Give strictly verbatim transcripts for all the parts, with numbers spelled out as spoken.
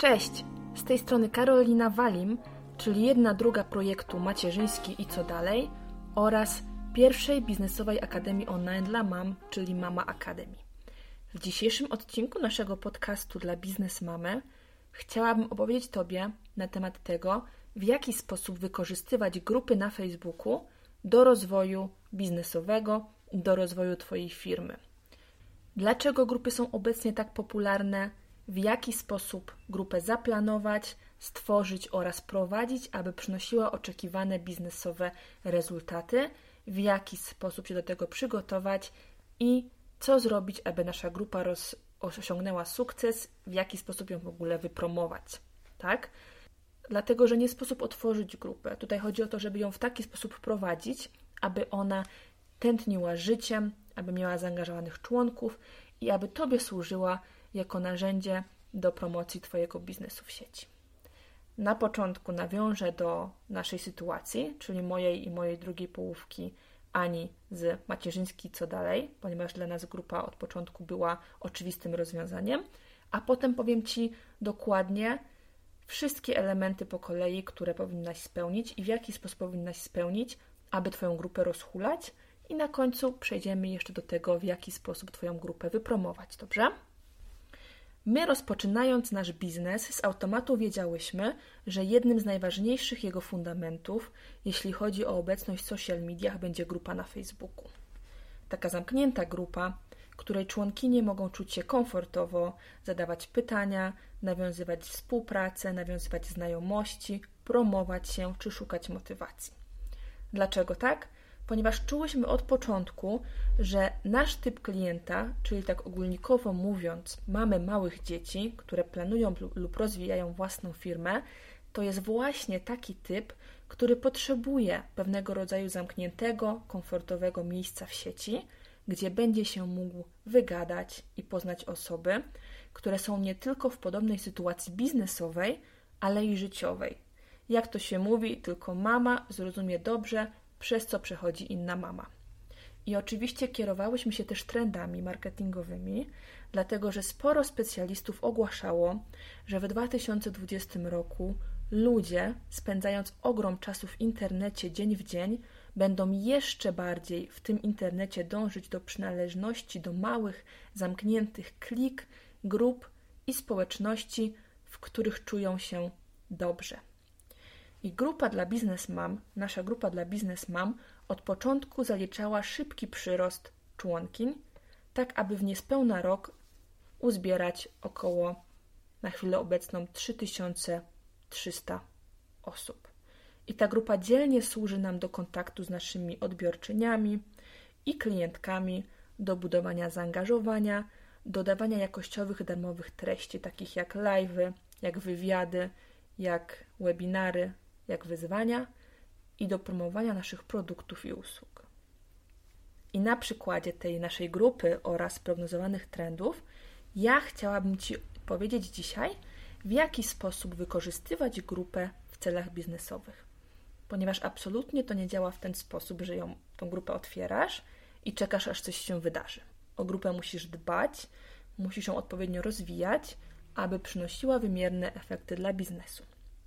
Cześć, z tej strony Karolina Walim, czyli jedna druga projektu Macierzyński i co dalej oraz pierwszej biznesowej akademii online dla mam, czyli Mama Academy. W dzisiejszym odcinku naszego podcastu dla biznes mamy chciałabym opowiedzieć Tobie na temat tego, w jaki sposób wykorzystywać grupy na Facebooku do rozwoju biznesowego, do rozwoju Twojej firmy. Dlaczego grupy są obecnie tak popularne? W jaki sposób grupę zaplanować, stworzyć oraz prowadzić, aby przynosiła oczekiwane biznesowe rezultaty, w jaki sposób się do tego przygotować i co zrobić, aby nasza grupa roz, osiągnęła sukces, w jaki sposób ją w ogóle wypromować, tak? Dlatego, że nie sposób otworzyć grupę. Tutaj chodzi o to, żeby ją w taki sposób prowadzić, aby ona tętniła życiem, aby miała zaangażowanych członków i aby Tobie służyła jako narzędzie do promocji Twojego biznesu w sieci. Na początku nawiążę do naszej sytuacji, czyli mojej i mojej drugiej połówki Ani z Macierzyński co dalej, ponieważ dla nas grupa od początku była oczywistym rozwiązaniem, a potem powiem Ci dokładnie wszystkie elementy po kolei, które powinnaś spełnić i w jaki sposób powinnaś spełnić, aby Twoją grupę rozhulać i na końcu przejdziemy jeszcze do tego, w jaki sposób Twoją grupę wypromować, dobrze? My, rozpoczynając nasz biznes, z automatu wiedziałyśmy, że jednym z najważniejszych jego fundamentów, jeśli chodzi o obecność w social mediach, będzie grupa na Facebooku. Taka zamknięta grupa, której członkinie mogą czuć się komfortowo, zadawać pytania, nawiązywać współpracę, nawiązywać znajomości, promować się czy szukać motywacji. Dlaczego tak? Ponieważ czułyśmy od początku, że nasz typ klienta, czyli tak ogólnikowo mówiąc, mamy małych dzieci, które planują lub rozwijają własną firmę, to jest właśnie taki typ, który potrzebuje pewnego rodzaju zamkniętego, komfortowego miejsca w sieci, gdzie będzie się mógł wygadać i poznać osoby, które są nie tylko w podobnej sytuacji biznesowej, ale i życiowej. Jak to się mówi, tylko mama zrozumie dobrze, przez co przechodzi inna mama. I oczywiście kierowałyśmy się też trendami marketingowymi, dlatego że sporo specjalistów ogłaszało, że w dwa tysiące dwudziestym roku ludzie, spędzając ogrom czasu w internecie dzień w dzień, będą jeszcze bardziej w tym internecie dążyć do przynależności do małych, zamkniętych klik, grup i społeczności, w których czują się dobrze. I grupa dla biznesmam, nasza grupa dla biznesmam od początku zaliczała szybki przyrost członkiń, tak aby w niespełna rok uzbierać około na chwilę obecną trzy tysiące trzysta osób. I ta grupa dzielnie służy nam do kontaktu z naszymi odbiorczyniami i klientkami, do budowania zaangażowania, dodawania jakościowych, darmowych treści, takich jak live'y, jak wywiady, jak webinary, jak wyzwania i do promowania naszych produktów i usług. I na przykładzie tej naszej grupy oraz prognozowanych trendów ja chciałabym Ci powiedzieć dzisiaj, w jaki sposób wykorzystywać grupę w celach biznesowych. Ponieważ absolutnie to nie działa w ten sposób, że ją, tą grupę otwierasz i czekasz, aż coś się wydarzy. O grupę musisz dbać, musisz ją odpowiednio rozwijać, aby przynosiła wymierne efekty dla biznesu.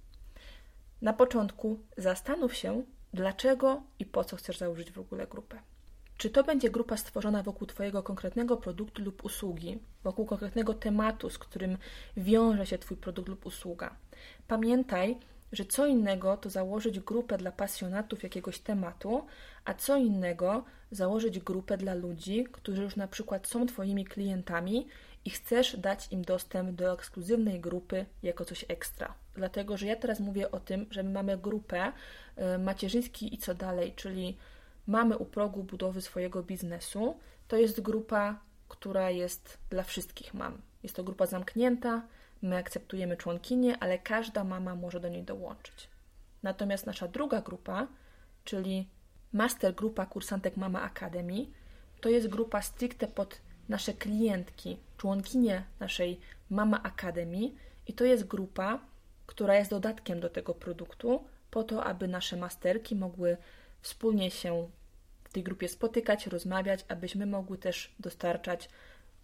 Na początku zastanów się, dlaczego i po co chcesz założyć w ogóle grupę. Czy to będzie grupa stworzona wokół Twojego konkretnego produktu lub usługi, wokół konkretnego tematu, z którym wiąże się Twój produkt lub usługa. Pamiętaj, że co innego to założyć grupę dla pasjonatów jakiegoś tematu, a co innego założyć grupę dla ludzi, którzy już na przykład są Twoimi klientami i chcesz dać im dostęp do ekskluzywnej grupy jako coś ekstra. Dlatego, że ja teraz mówię o tym, że my mamy grupę Macierzyński i co dalej, czyli mamy u progu budowy swojego biznesu. To jest grupa, która jest dla wszystkich mam. Jest to grupa zamknięta, my akceptujemy członkinie, ale każda mama może do niej dołączyć. Natomiast nasza druga grupa, czyli master grupa kursantek Mama Academy, to jest grupa stricte pod nasze klientki, członkinie naszej Mama Academy i to jest grupa, która jest dodatkiem do tego produktu, po to, aby nasze masterki mogły wspólnie się w tej grupie spotykać, rozmawiać, abyśmy mogły też dostarczać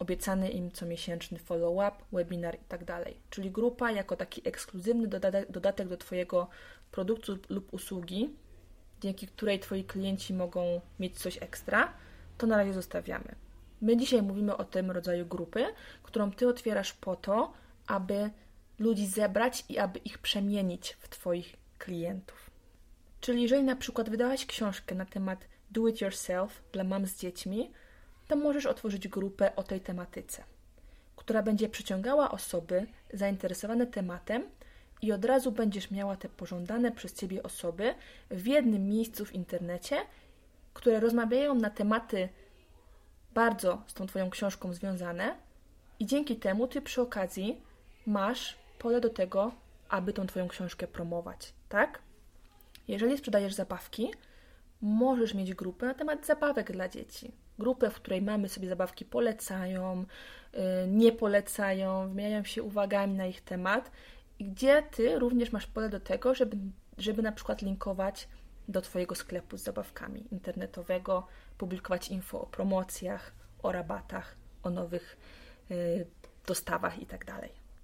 obiecany im comiesięczny follow-up, webinar i tak dalej. Czyli grupa jako taki ekskluzywny dodatek, dodatek do Twojego produktu lub usługi, dzięki której Twoi klienci mogą mieć coś ekstra, to na razie zostawiamy. My dzisiaj mówimy o tym rodzaju grupy, którą Ty otwierasz po to, aby ludzi zebrać i aby ich przemienić w Twoich klientów. Czyli jeżeli na przykład wydałaś książkę na temat do it yourself dla mam z dziećmi, to możesz otworzyć grupę o tej tematyce, która będzie przyciągała osoby zainteresowane tematem i od razu będziesz miała te pożądane przez Ciebie osoby w jednym miejscu w internecie, które rozmawiają na tematy bardzo z tą Twoją książką związane i dzięki temu Ty przy okazji masz pole do tego, aby tą Twoją książkę promować, tak? Jeżeli sprzedajesz zabawki, możesz mieć grupę na temat zabawek dla dzieci. Grupę, w której mamy sobie zabawki polecają, nie polecają, wymieniają się uwagami na ich temat i gdzie Ty również masz pole do tego, żeby, żeby na przykład linkować do Twojego sklepu z zabawkami internetowego, publikować info o promocjach, o rabatach, o nowych y, dostawach itd.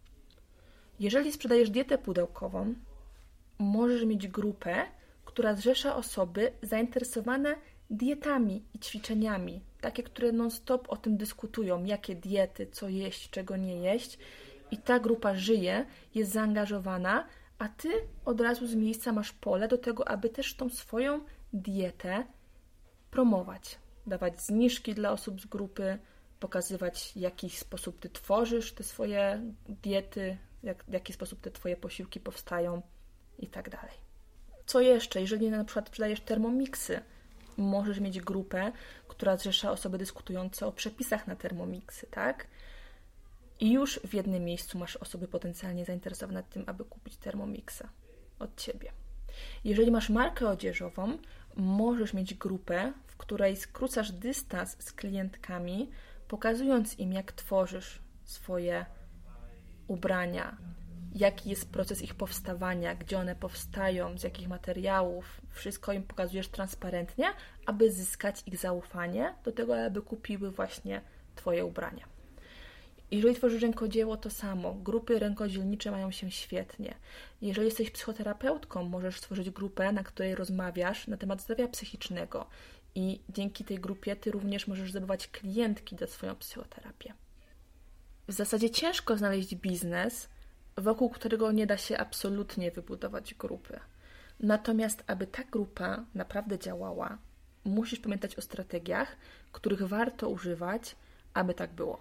Jeżeli sprzedajesz dietę pudełkową, możesz mieć grupę, która zrzesza osoby zainteresowane dietami i ćwiczeniami, takie, które non-stop o tym dyskutują, jakie diety, co jeść, czego nie jeść. I ta grupa żyje, jest zaangażowana, a Ty od razu z miejsca masz pole do tego, aby też tą swoją dietę promować, dawać zniżki dla osób z grupy, pokazywać, w jaki sposób Ty tworzysz te swoje diety, jak, w jaki sposób te Twoje posiłki powstają i tak dalej. Co jeszcze? Jeżeli na przykład sprzedajesz termomiksy, możesz mieć grupę, która zrzesza osoby dyskutujące o przepisach na termomiksy, tak? I już w jednym miejscu masz osoby potencjalnie zainteresowane tym, aby kupić termomiksa od Ciebie. Jeżeli masz markę odzieżową, możesz mieć grupę, w której skrócasz dystans z klientkami, pokazując im, jak tworzysz swoje ubrania, jaki jest proces ich powstawania, gdzie one powstają, z jakich materiałów. Wszystko im pokazujesz transparentnie, aby zyskać ich zaufanie do tego, aby kupiły właśnie Twoje ubrania. Jeżeli tworzysz rękodzieło, to samo. Grupy rękodzielnicze mają się świetnie. Jeżeli jesteś psychoterapeutką, możesz stworzyć grupę, na której rozmawiasz na temat zdrowia psychicznego i dzięki tej grupie Ty również możesz zdobywać klientki do swoją psychoterapię. W zasadzie ciężko znaleźć biznes, wokół którego nie da się absolutnie wybudować grupy. Natomiast, aby ta grupa naprawdę działała, musisz pamiętać o strategiach, których warto używać, aby tak było.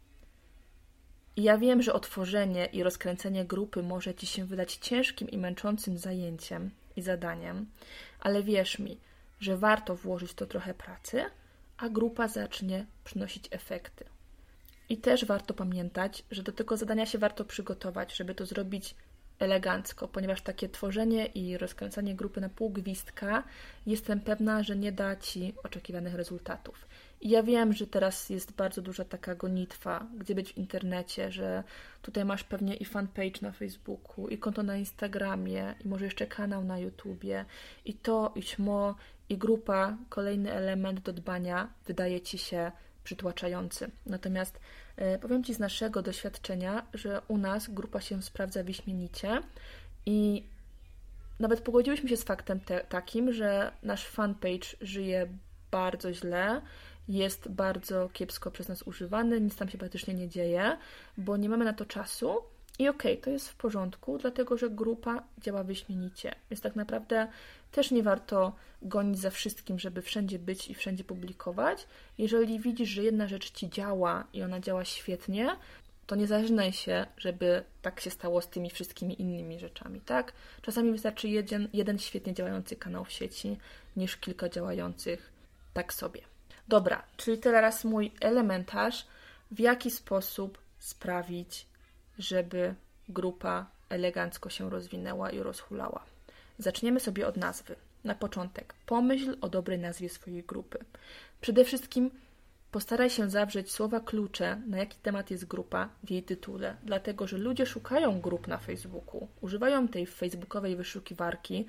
I ja wiem, że otworzenie i rozkręcenie grupy może Ci się wydać ciężkim i męczącym zajęciem i zadaniem, ale wierz mi, że warto włożyć w to trochę pracy, a grupa zacznie przynosić efekty. I też warto pamiętać, że do tego zadania się warto przygotować, żeby to zrobić elegancko, ponieważ takie tworzenie i rozkręcanie grupy na pół gwizdka jestem pewna, że nie da Ci oczekiwanych rezultatów. I ja wiem, że teraz jest bardzo duża taka gonitwa, gdzie być w internecie, że tutaj masz pewnie i fanpage na Facebooku, i konto na Instagramie, i może jeszcze kanał na YouTubie, i to, i śmo, i grupa, kolejny element do dbania wydaje Ci się przytłaczający. Natomiast e, powiem Ci z naszego doświadczenia, że u nas grupa się sprawdza wyśmienicie i nawet pogodziłyśmy się z faktem te, takim, że nasz fanpage żyje bardzo źle, jest bardzo kiepsko przez nas używany, nic tam się praktycznie nie dzieje, bo nie mamy na to czasu i okej, okay, to jest w porządku, dlatego że grupa działa wyśmienicie. Więc tak naprawdę też nie warto gonić za wszystkim, żeby wszędzie być i wszędzie publikować. Jeżeli widzisz, że jedna rzecz Ci działa i ona działa świetnie, to nie zażynaj się, żeby tak się stało z tymi wszystkimi innymi rzeczami, tak? Czasami wystarczy jeden, jeden świetnie działający kanał w sieci, niż kilka działających tak sobie. Dobra, czyli teraz mój elementarz, w jaki sposób sprawić, żeby grupa elegancko się rozwinęła i rozhulała. Zaczniemy sobie od nazwy. Na początek pomyśl o dobrej nazwie swojej grupy. Przede wszystkim postaraj się zawrzeć słowa klucze, na jaki temat jest grupa w jej tytule, dlatego że ludzie szukają grup na Facebooku, używają tej facebookowej wyszukiwarki,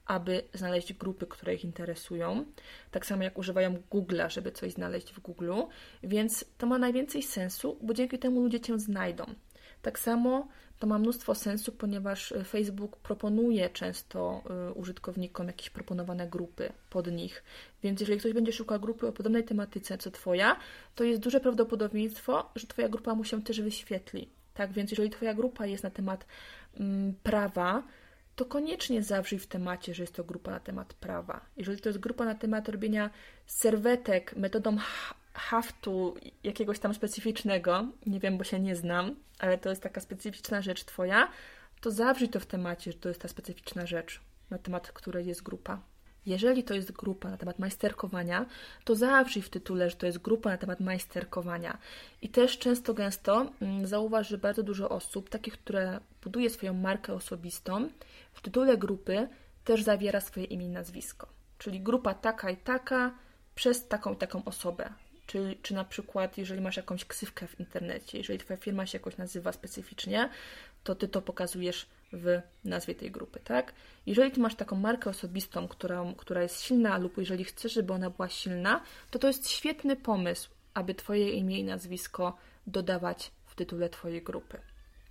aby znaleźć grupy, które ich interesują. Tak samo jak używają Google'a, żeby coś znaleźć w Google'u. Więc to ma najwięcej sensu, bo dzięki temu ludzie Cię znajdą. Tak samo to ma mnóstwo sensu, ponieważ Facebook proponuje często y, użytkownikom jakieś proponowane grupy pod nich. Więc jeżeli ktoś będzie szukał grupy o podobnej tematyce co Twoja, to jest duże prawdopodobieństwo, że Twoja grupa mu się też wyświetli. Tak więc jeżeli Twoja grupa jest na temat mm, prawa, to koniecznie zawrzyj w temacie, że jest to grupa na temat prawa. Jeżeli to jest grupa na temat robienia serwetek metodą haftu jakiegoś tam specyficznego, nie wiem, bo się nie znam, ale to jest taka specyficzna rzecz Twoja, to zawrzyj to w temacie, że to jest ta specyficzna rzecz, na temat której jest grupa. Jeżeli to jest grupa na temat majsterkowania, to zawrzyj w tytule, że to jest grupa na temat majsterkowania. I też często, gęsto mm, zauważ, że bardzo dużo osób, takich, które buduje swoją markę osobistą, w tytule grupy też zawiera swoje imię i nazwisko. Czyli grupa taka i taka przez taką i taką osobę. Czy, czy na przykład, jeżeli masz jakąś ksywkę w internecie, jeżeli Twoja firma się jakoś nazywa specyficznie, to Ty to pokazujesz w nazwie tej grupy, tak? Jeżeli Ty masz taką markę osobistą, która, która jest silna lub jeżeli chcesz, żeby ona była silna, to to jest świetny pomysł, aby Twoje imię i nazwisko dodawać w tytule Twojej grupy.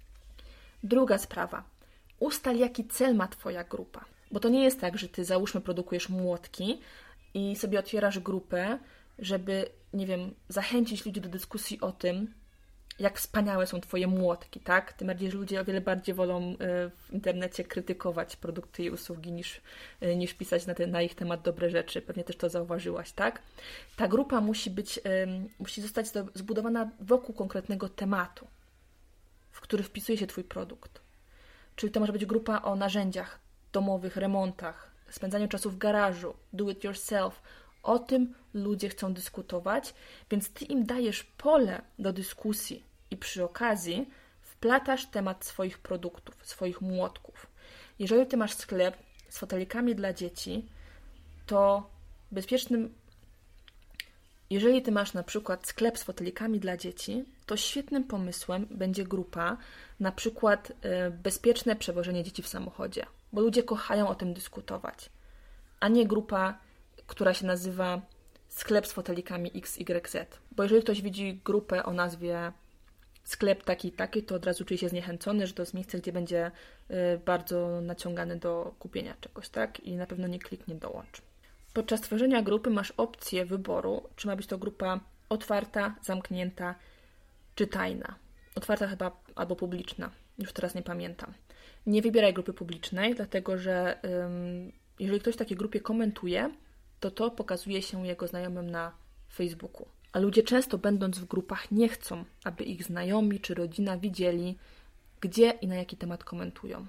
Druga sprawa. Ustal, jaki cel ma Twoja grupa. Bo to nie jest tak, że Ty, załóżmy, produkujesz młotki i sobie otwierasz grupę, żeby, nie wiem, zachęcić ludzi do dyskusji o tym, jak wspaniałe są Twoje młotki, tak? Tym bardziej, że ludzie o wiele bardziej wolą w internecie krytykować produkty i usługi niż, niż pisać na, te, na ich temat dobre rzeczy. Pewnie też to zauważyłaś, tak? Ta grupa musi być, musi zostać zbudowana wokół konkretnego tematu, w który wpisuje się Twój produkt. Czyli to może być grupa o narzędziach domowych, remontach, spędzaniu czasu w garażu, do it yourself. O tym ludzie chcą dyskutować, więc Ty im dajesz pole do dyskusji i przy okazji wplatasz temat swoich produktów, swoich młotków. Jeżeli Ty masz sklep z fotelikami dla dzieci, to bezpiecznym... Jeżeli Ty masz na przykład sklep z fotelikami dla dzieci, to świetnym pomysłem będzie grupa, na przykład y, bezpieczne przewożenie dzieci w samochodzie, bo ludzie kochają o tym dyskutować, a nie grupa, która się nazywa sklep z fotelikami X Y Z. Bo jeżeli ktoś widzi grupę o nazwie sklep taki taki, to od razu czuje się zniechęcony, że to jest miejsce, gdzie będzie y, bardzo naciągany do kupienia czegoś, tak? I na pewno nie kliknie dołącz. Podczas tworzenia grupy masz opcję wyboru, czy ma być to grupa otwarta, zamknięta, czy tajna. Otwarta chyba albo publiczna. Już teraz nie pamiętam. Nie wybieraj grupy publicznej, dlatego że ym, jeżeli ktoś w takiej grupie komentuje, to to pokazuje się jego znajomym na Facebooku. A ludzie często, będąc w grupach, nie chcą, aby ich znajomi czy rodzina widzieli, gdzie i na jaki temat komentują.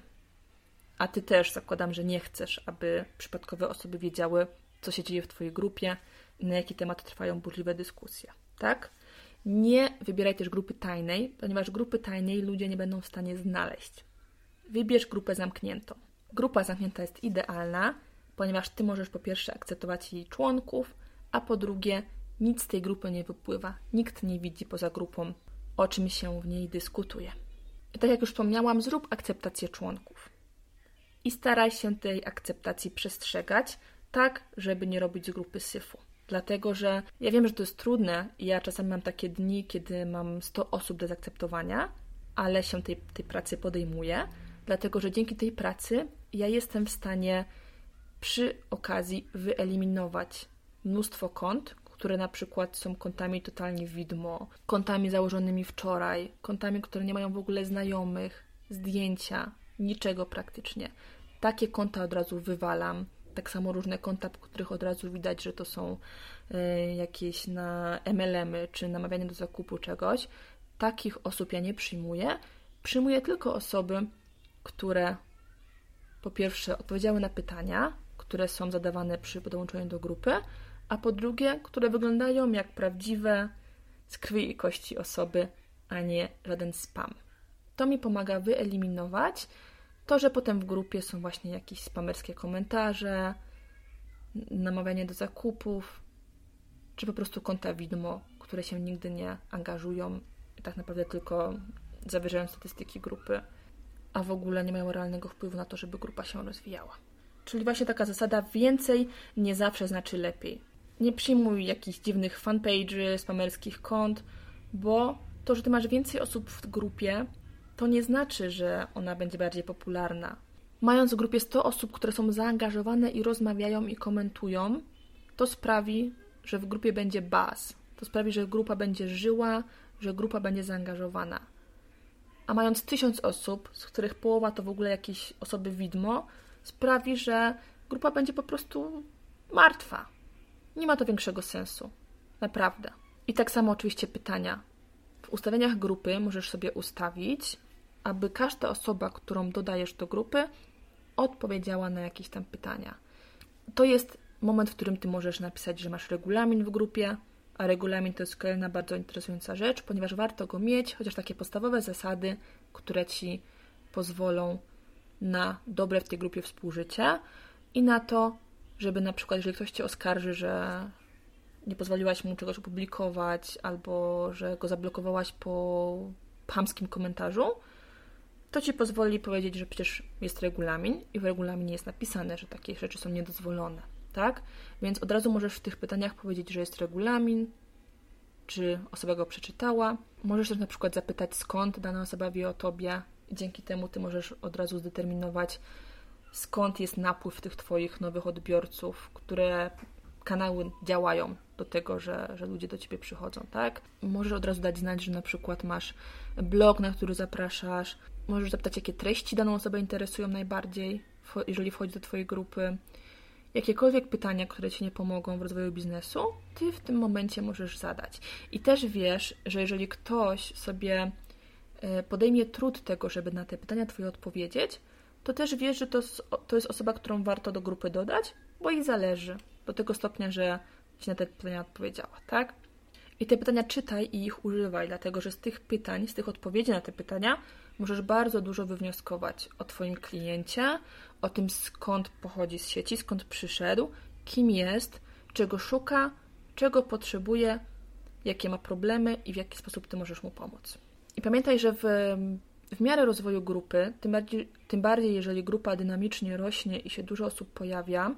A Ty też, zakładam, że nie chcesz, aby przypadkowe osoby wiedziały, co się dzieje w Twojej grupie i na jaki temat trwają burzliwe dyskusje. Tak? Nie wybieraj też grupy tajnej, ponieważ grupy tajnej ludzie nie będą w stanie znaleźć. Wybierz grupę zamkniętą. Grupa zamknięta jest idealna, ponieważ Ty możesz po pierwsze akceptować jej członków, a po drugie nic z tej grupy nie wypływa. Nikt nie widzi poza grupą, o czym się w niej dyskutuje. I tak jak już wspomniałam, zrób akceptację członków. I staraj się tej akceptacji przestrzegać, tak, żeby nie robić z grupy syfu. Dlatego, że ja wiem, że to jest trudne i ja czasami mam takie dni, kiedy mam sto osób do zaakceptowania, ale się tej, tej pracy podejmuję, dlatego, że dzięki tej pracy ja jestem w stanie przy okazji wyeliminować mnóstwo kont, które na przykład są kontami totalnie widmo, kontami założonymi wczoraj, kontami, które nie mają w ogóle znajomych, zdjęcia, niczego praktycznie. Takie konta od razu wywalam. Tak samo różne konta, po których od razu widać, że to są y, jakieś na M L M-y, czy namawianie do zakupu czegoś. Takich osób ja nie przyjmuję. Przyjmuję tylko osoby, które po pierwsze odpowiedziały na pytania, które są zadawane przy podłączeniu do grupy, a po drugie, które wyglądają jak prawdziwe z krwi i kości osoby, a nie żaden spam. To mi pomaga wyeliminować to, że potem w grupie są właśnie jakieś spamerskie komentarze, namawianie do zakupów, czy po prostu konta widmo, które się nigdy nie angażują i tak naprawdę tylko zawyżają statystyki grupy, a w ogóle nie mają realnego wpływu na to, żeby grupa się rozwijała. Czyli właśnie taka zasada więcej nie zawsze znaczy lepiej. Nie przyjmuj jakichś dziwnych fanpage'y, spamerskich kont, bo to, że ty masz więcej osób w grupie, to nie znaczy, że ona będzie bardziej popularna. Mając w grupie sto osób, które są zaangażowane i rozmawiają i komentują, to sprawi, że w grupie będzie buzz. To sprawi, że grupa będzie żyła, że grupa będzie zaangażowana. A mając tysiąc osób, z których połowa to w ogóle jakieś osoby widmo, sprawi, że grupa będzie po prostu martwa. Nie ma to większego sensu. Naprawdę. I tak samo oczywiście pytania. W ustawieniach grupy możesz sobie ustawić, aby każda osoba, którą dodajesz do grupy, odpowiedziała na jakieś tam pytania. To jest moment, w którym ty możesz napisać, że masz regulamin w grupie, a regulamin to jest kolejna bardzo interesująca rzecz, ponieważ warto go mieć, chociaż takie podstawowe zasady, które ci pozwolą na dobre w tej grupie współżycie i na to, żeby na przykład, jeżeli ktoś cię oskarży, że nie pozwoliłaś mu czegoś opublikować albo że go zablokowałaś po chamskim komentarzu, to ci pozwoli powiedzieć, że przecież jest regulamin i w regulaminie jest napisane, że takie rzeczy są niedozwolone, tak? Więc od razu możesz w tych pytaniach powiedzieć, że jest regulamin, czy osoba go przeczytała. Możesz też na przykład zapytać, skąd dana osoba wie o tobie i dzięki temu ty możesz od razu zdeterminować, skąd jest napływ tych twoich nowych odbiorców, które kanały działają do tego, że, że ludzie do ciebie przychodzą, tak? Możesz od razu dać znać, że na przykład masz blog, na który zapraszasz. Możesz zapytać, jakie treści daną osobę interesują najbardziej, jeżeli wchodzi do twojej grupy. Jakiekolwiek pytania, które ci nie pomogą w rozwoju biznesu, ty w tym momencie możesz zadać. I też wiesz, że jeżeli ktoś sobie podejmie trud tego, żeby na te pytania twoje odpowiedzieć, to też wiesz, że to, to jest osoba, którą warto do grupy dodać, bo jej zależy. Do tego stopnia, że ci na te pytania odpowiedziała, tak? I te pytania czytaj i ich używaj, dlatego że z tych pytań, z tych odpowiedzi na te pytania możesz bardzo dużo wywnioskować o twoim kliencie, o tym, skąd pochodzi z sieci, skąd przyszedł, kim jest, czego szuka, czego potrzebuje, jakie ma problemy i w jaki sposób ty możesz mu pomóc. I pamiętaj, że w, w miarę rozwoju grupy, tym bardziej, tym bardziej jeżeli grupa dynamicznie rośnie i się dużo osób pojawia,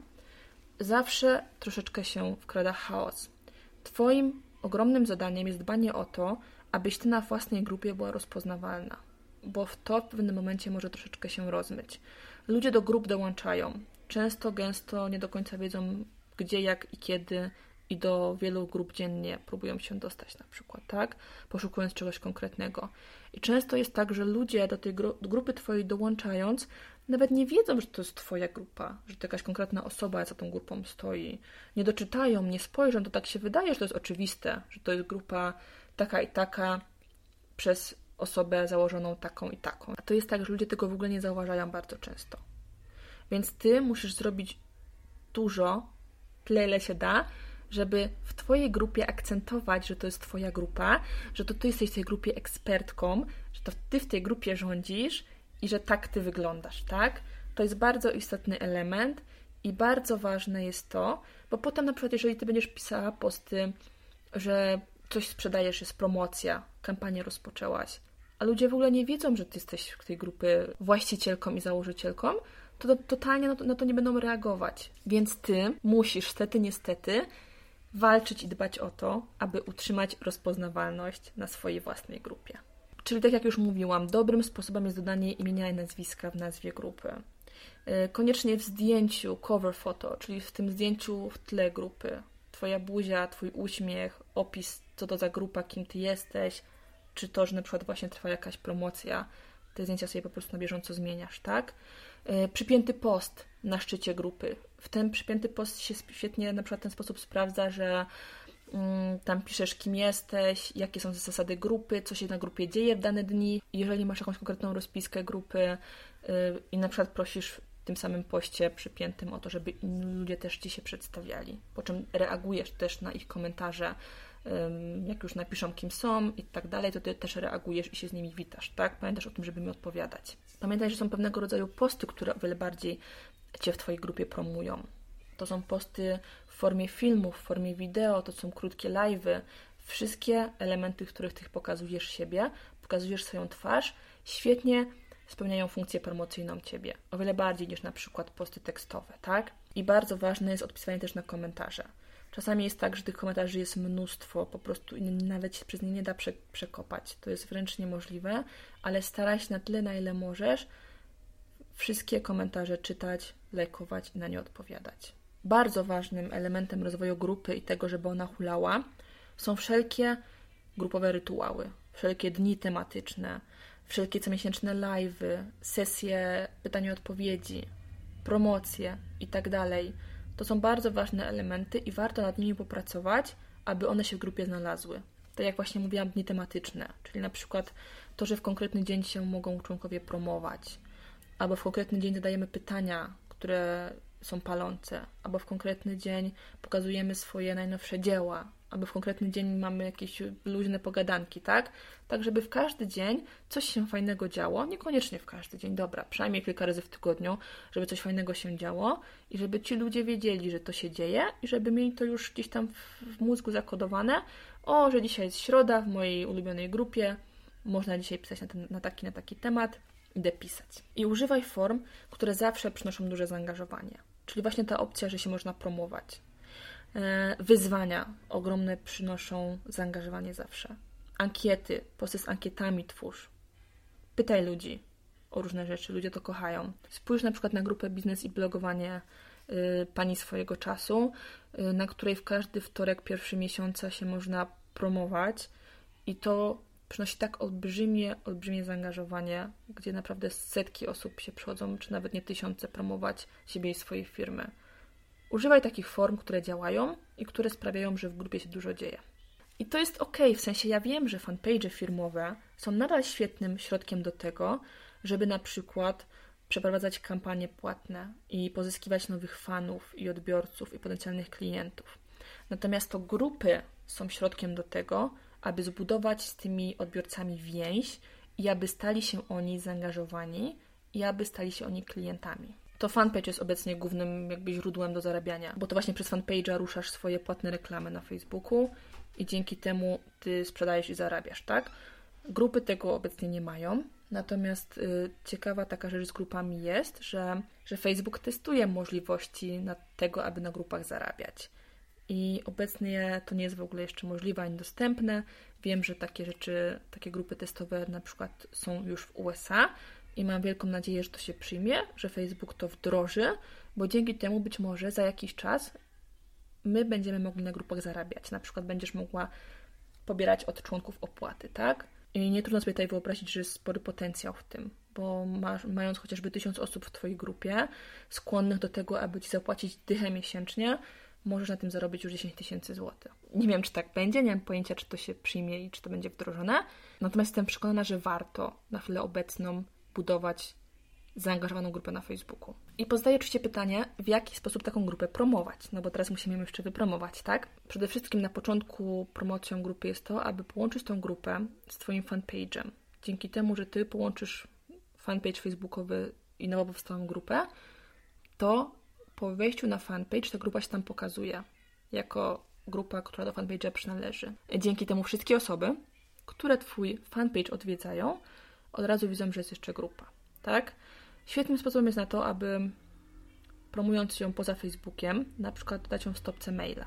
zawsze troszeczkę się wkrada chaos. Twoim ogromnym zadaniem jest dbanie o to, abyś ty na własnej grupie była rozpoznawalna, bo w to w pewnym momencie może troszeczkę się rozmyć. Ludzie do grup dołączają. Często, gęsto nie do końca wiedzą, gdzie, jak i kiedy i do wielu grup dziennie próbują się dostać na przykład, tak? Poszukując czegoś konkretnego. I często jest tak, że ludzie do tej gru- do grupy twojej dołączając nawet nie wiedzą, że to jest twoja grupa, że to jakaś konkretna osoba za tą grupą stoi. Nie doczytają, nie spojrzą, to tak się wydaje, że to jest oczywiste, że to jest grupa taka i taka przez osobę założoną taką i taką. A to jest tak, że ludzie tego w ogóle nie zauważają bardzo często. Więc ty musisz zrobić dużo, tyle ile się da, żeby w twojej grupie akcentować, że to jest twoja grupa, że to ty jesteś w tej grupie ekspertką, że to ty w tej grupie rządzisz i że tak ty wyglądasz, tak? To jest bardzo istotny element i bardzo ważne jest to, bo potem na przykład jeżeli ty będziesz pisała posty, że coś sprzedajesz, jest promocja, kampanię rozpoczęłaś, a ludzie w ogóle nie wiedzą, że ty jesteś w tej grupy właścicielką i założycielką, to, to totalnie na to, na to nie będą reagować. Więc ty musisz, stety, niestety, walczyć i dbać o to, aby utrzymać rozpoznawalność na swojej własnej grupie. Czyli tak jak już mówiłam, dobrym sposobem jest dodanie imienia i nazwiska w nazwie grupy. Koniecznie w zdjęciu, cover photo, czyli w tym zdjęciu w tle grupy. Twoja buzia, twój uśmiech, opis, co to za grupa, kim ty jesteś, czy to, że na przykład właśnie trwa jakaś promocja. Te zdjęcia sobie po prostu na bieżąco zmieniasz, tak? Przypięty post na szczycie grupy. W ten przypięty post się świetnie na przykład w ten sposób sprawdza, że tam piszesz, kim jesteś, jakie są zasady grupy, co się na grupie dzieje w dane dni. Jeżeli masz jakąś konkretną rozpiskę grupy yy, i na przykład prosisz w tym samym poście przypiętym o to, żeby inni ludzie też ci się przedstawiali, po czym reagujesz też na ich komentarze, yy, jak już napiszą, kim są i tak dalej, to ty też reagujesz i się z nimi witasz, tak? Pamiętasz o tym, żeby mi odpowiadać. Pamiętaj, że są pewnego rodzaju posty, które o wiele bardziej cię w twojej grupie promują. To są posty w formie filmów, w formie wideo, to są krótkie live'y. Wszystkie elementy, w których ty pokazujesz siebie, pokazujesz swoją twarz, świetnie spełniają funkcję promocyjną Ciebie. O wiele bardziej niż na przykład posty tekstowe, tak? I bardzo ważne jest odpisywanie też na komentarze. Czasami jest tak, że tych komentarzy jest mnóstwo, po prostu nawet się przez nie nie da prze- przekopać. To jest wręcz niemożliwe, ale staraj się na tyle, na ile możesz, wszystkie komentarze czytać, lajkować i na nie odpowiadać. Bardzo ważnym elementem rozwoju grupy i tego, żeby ona hulała, są wszelkie grupowe rytuały, wszelkie dni tematyczne, wszelkie comiesięczne live'y, sesje pytań i odpowiedzi, promocje i tak dalej. To są bardzo ważne elementy i warto nad nimi popracować, aby one się w grupie znalazły. Tak jak właśnie mówiłam, dni tematyczne, czyli na przykład to, że w konkretny dzień się mogą członkowie promować, albo w konkretny dzień zadajemy pytania, które są palące, albo w konkretny dzień pokazujemy swoje najnowsze dzieła, albo w konkretny dzień mamy jakieś luźne pogadanki, tak? Tak, żeby w każdy dzień coś się fajnego działo, niekoniecznie w każdy dzień, dobra, przynajmniej kilka razy w tygodniu, żeby coś fajnego się działo i żeby ci ludzie wiedzieli, że to się dzieje i żeby mieli to już gdzieś tam w, w mózgu zakodowane, o, że dzisiaj jest środa w mojej ulubionej grupie, można dzisiaj pisać na, ten, na taki, na taki temat, idę pisać. I używaj form, które zawsze przynoszą duże zaangażowanie, czyli właśnie ta opcja, że się można promować. Wyzwania ogromne przynoszą zaangażowanie zawsze. Ankiety, posty z ankietami twórz. Pytaj ludzi o różne rzeczy, ludzie to kochają. Spójrz na przykład na grupę Biznes i blogowanie y, Pani swojego czasu, y, na której w każdy wtorek pierwszy miesiąca się można promować i to przynosi tak olbrzymie, olbrzymie zaangażowanie, gdzie naprawdę setki osób się przychodzą, czy nawet nie tysiące, promować siebie i swojej firmy. Używaj takich form, które działają i które sprawiają, że w grupie się dużo dzieje. I to jest ok, w sensie ja wiem, że fanpage firmowe są nadal świetnym środkiem do tego, żeby na przykład przeprowadzać kampanie płatne i pozyskiwać nowych fanów i odbiorców i potencjalnych klientów. Natomiast to grupy są środkiem do tego, aby zbudować z tymi odbiorcami więź i aby stali się oni zaangażowani i aby stali się oni klientami. To fanpage jest obecnie głównym jakby źródłem do zarabiania, bo to właśnie przez fanpage'a ruszasz swoje płatne reklamy na Facebooku i dzięki temu ty sprzedajesz i zarabiasz, tak? Grupy tego obecnie nie mają, natomiast y, ciekawa taka rzecz z grupami jest, że, że Facebook testuje możliwości na tego, aby na grupach zarabiać. I obecnie to nie jest w ogóle jeszcze możliwe ani dostępne. Wiem, że takie rzeczy, takie grupy testowe na przykład są już w U S A, i mam wielką nadzieję, że to się przyjmie, że Facebook to wdroży, bo dzięki temu być może za jakiś czas my będziemy mogli na grupach zarabiać. Na przykład będziesz mogła pobierać od członków opłaty, tak? I nie trudno sobie tutaj wyobrazić, że jest spory potencjał w tym, bo masz, mając chociażby tysiąc osób w Twojej grupie skłonnych do tego, aby Ci zapłacić dychę miesięcznie, możesz na tym zarobić już dziesięć tysięcy złotych. Nie wiem, czy tak będzie, nie mam pojęcia, czy to się przyjmie i czy to będzie wdrożone, natomiast jestem przekonana, że warto na chwilę obecną budować zaangażowaną grupę na Facebooku. I pozostaje oczywiście pytanie, w jaki sposób taką grupę promować, no bo teraz musimy ją jeszcze wypromować, tak? Przede wszystkim na początku promocją grupy jest to, aby połączyć tą grupę z Twoim fanpage'em. Dzięki temu, że Ty połączysz fanpage facebookowy i nowo powstałą grupę, to po wejściu na fanpage ta grupa się tam pokazuje jako grupa, która do fanpage'a przynależy. Dzięki temu wszystkie osoby, które Twój fanpage odwiedzają, od razu widzą, że jest jeszcze grupa, tak? Świetnym sposobem jest na to, aby promując ją poza Facebookiem, na przykład dać ją w stopce maila.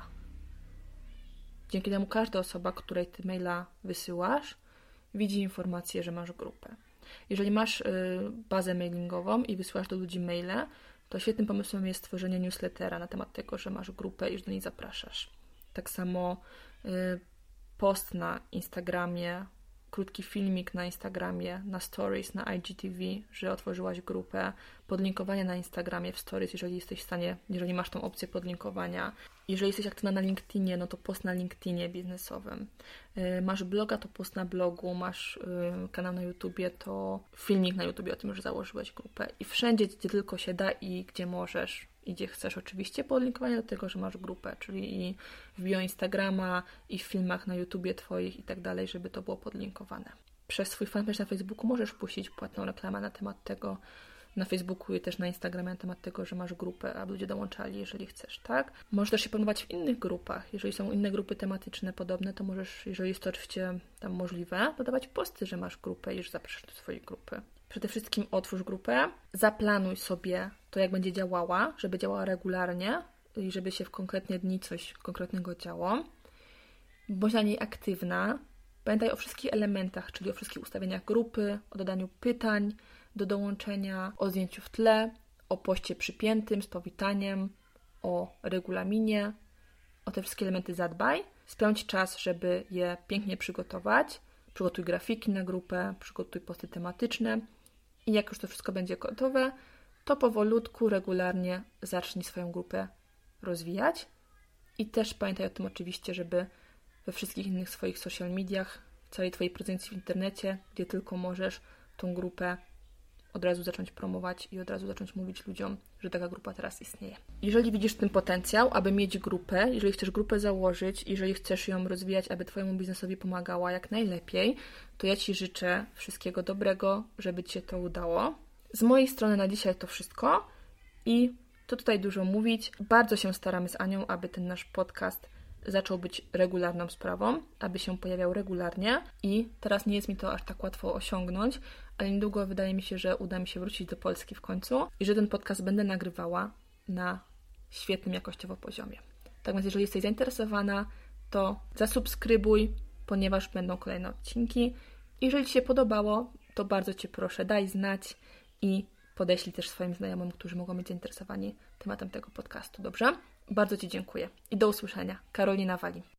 Dzięki temu każda osoba, której Ty maila wysyłasz, widzi informację, że masz grupę. Jeżeli masz y, bazę mailingową i wysyłasz do ludzi maile, to świetnym pomysłem jest stworzenie newslettera na temat tego, że masz grupę i że do niej zapraszasz. Tak samo y, post na Instagramie, krótki filmik na Instagramie, na Stories, na I G T V, że otworzyłaś grupę, podlinkowanie na Instagramie w Stories, jeżeli jesteś w stanie, jeżeli masz tą opcję podlinkowania. Jeżeli jesteś aktywna na LinkedInie, no to post na LinkedInie biznesowym. Masz bloga, to post na blogu, masz kanał na YouTubie, to filmik na YouTubie o tym, że założyłeś grupę. I wszędzie, gdzie tylko się da i gdzie możesz i gdzie chcesz oczywiście, podlinkowanie do tego, że masz grupę, czyli i w bio Instagrama, i w filmach na YouTubie Twoich i tak dalej, żeby to było podlinkowane. Przez swój fanpage na Facebooku możesz puścić płatną reklamę na temat tego, na Facebooku i też na Instagramie na temat tego, że masz grupę, aby ludzie dołączali, jeżeli chcesz, tak? Możesz też się promować w innych grupach. Jeżeli są inne grupy tematyczne podobne, to możesz, jeżeli jest to oczywiście tam możliwe, dodawać posty, że masz grupę i że zapraszasz do swojej grupy. przede wszystkim otwórz grupę, zaplanuj sobie to, jak będzie działała, żeby działała regularnie i żeby się w konkretne dni coś konkretnego działo. Bądź na niej aktywna. Pamiętaj o wszystkich elementach, czyli o wszystkich ustawieniach grupy, o dodaniu pytań do dołączenia, o zdjęciu w tle, o poście przypiętym z powitaniem, o regulaminie. O te wszystkie elementy zadbaj. Spędź czas, żeby je pięknie przygotować. Przygotuj grafiki na grupę, przygotuj posty tematyczne i jak już to wszystko będzie gotowe, to powolutku, regularnie zacznij swoją grupę rozwijać. I też pamiętaj o tym oczywiście, żeby we wszystkich innych swoich social mediach, w całej Twojej prezencji w internecie, gdzie tylko możesz, tą grupę od razu zacząć promować i od razu zacząć mówić ludziom, że taka grupa teraz istnieje. Jeżeli widzisz w tym potencjał, aby mieć grupę, jeżeli chcesz grupę założyć, jeżeli chcesz ją rozwijać, aby Twojemu biznesowi pomagała jak najlepiej, to ja Ci życzę wszystkiego dobrego, żeby Ci się to udało. Z mojej strony na dzisiaj to wszystko i to tutaj dużo mówić. Bardzo się staramy z Anią, aby ten nasz podcast zaczął być regularną sprawą, aby się pojawiał regularnie i teraz nie jest mi to aż tak łatwo osiągnąć, ale niedługo wydaje mi się, że uda mi się wrócić do Polski w końcu i że ten podcast będę nagrywała na świetnym jakościowo poziomie. Tak więc jeżeli jesteś zainteresowana, to zasubskrybuj, ponieważ będą kolejne odcinki. Jeżeli Ci się podobało, to bardzo Cię proszę, daj znać i podeślij też swoim znajomym, którzy mogą być zainteresowani tematem tego podcastu, dobrze? Bardzo Ci dziękuję i do usłyszenia. Karolina Walim.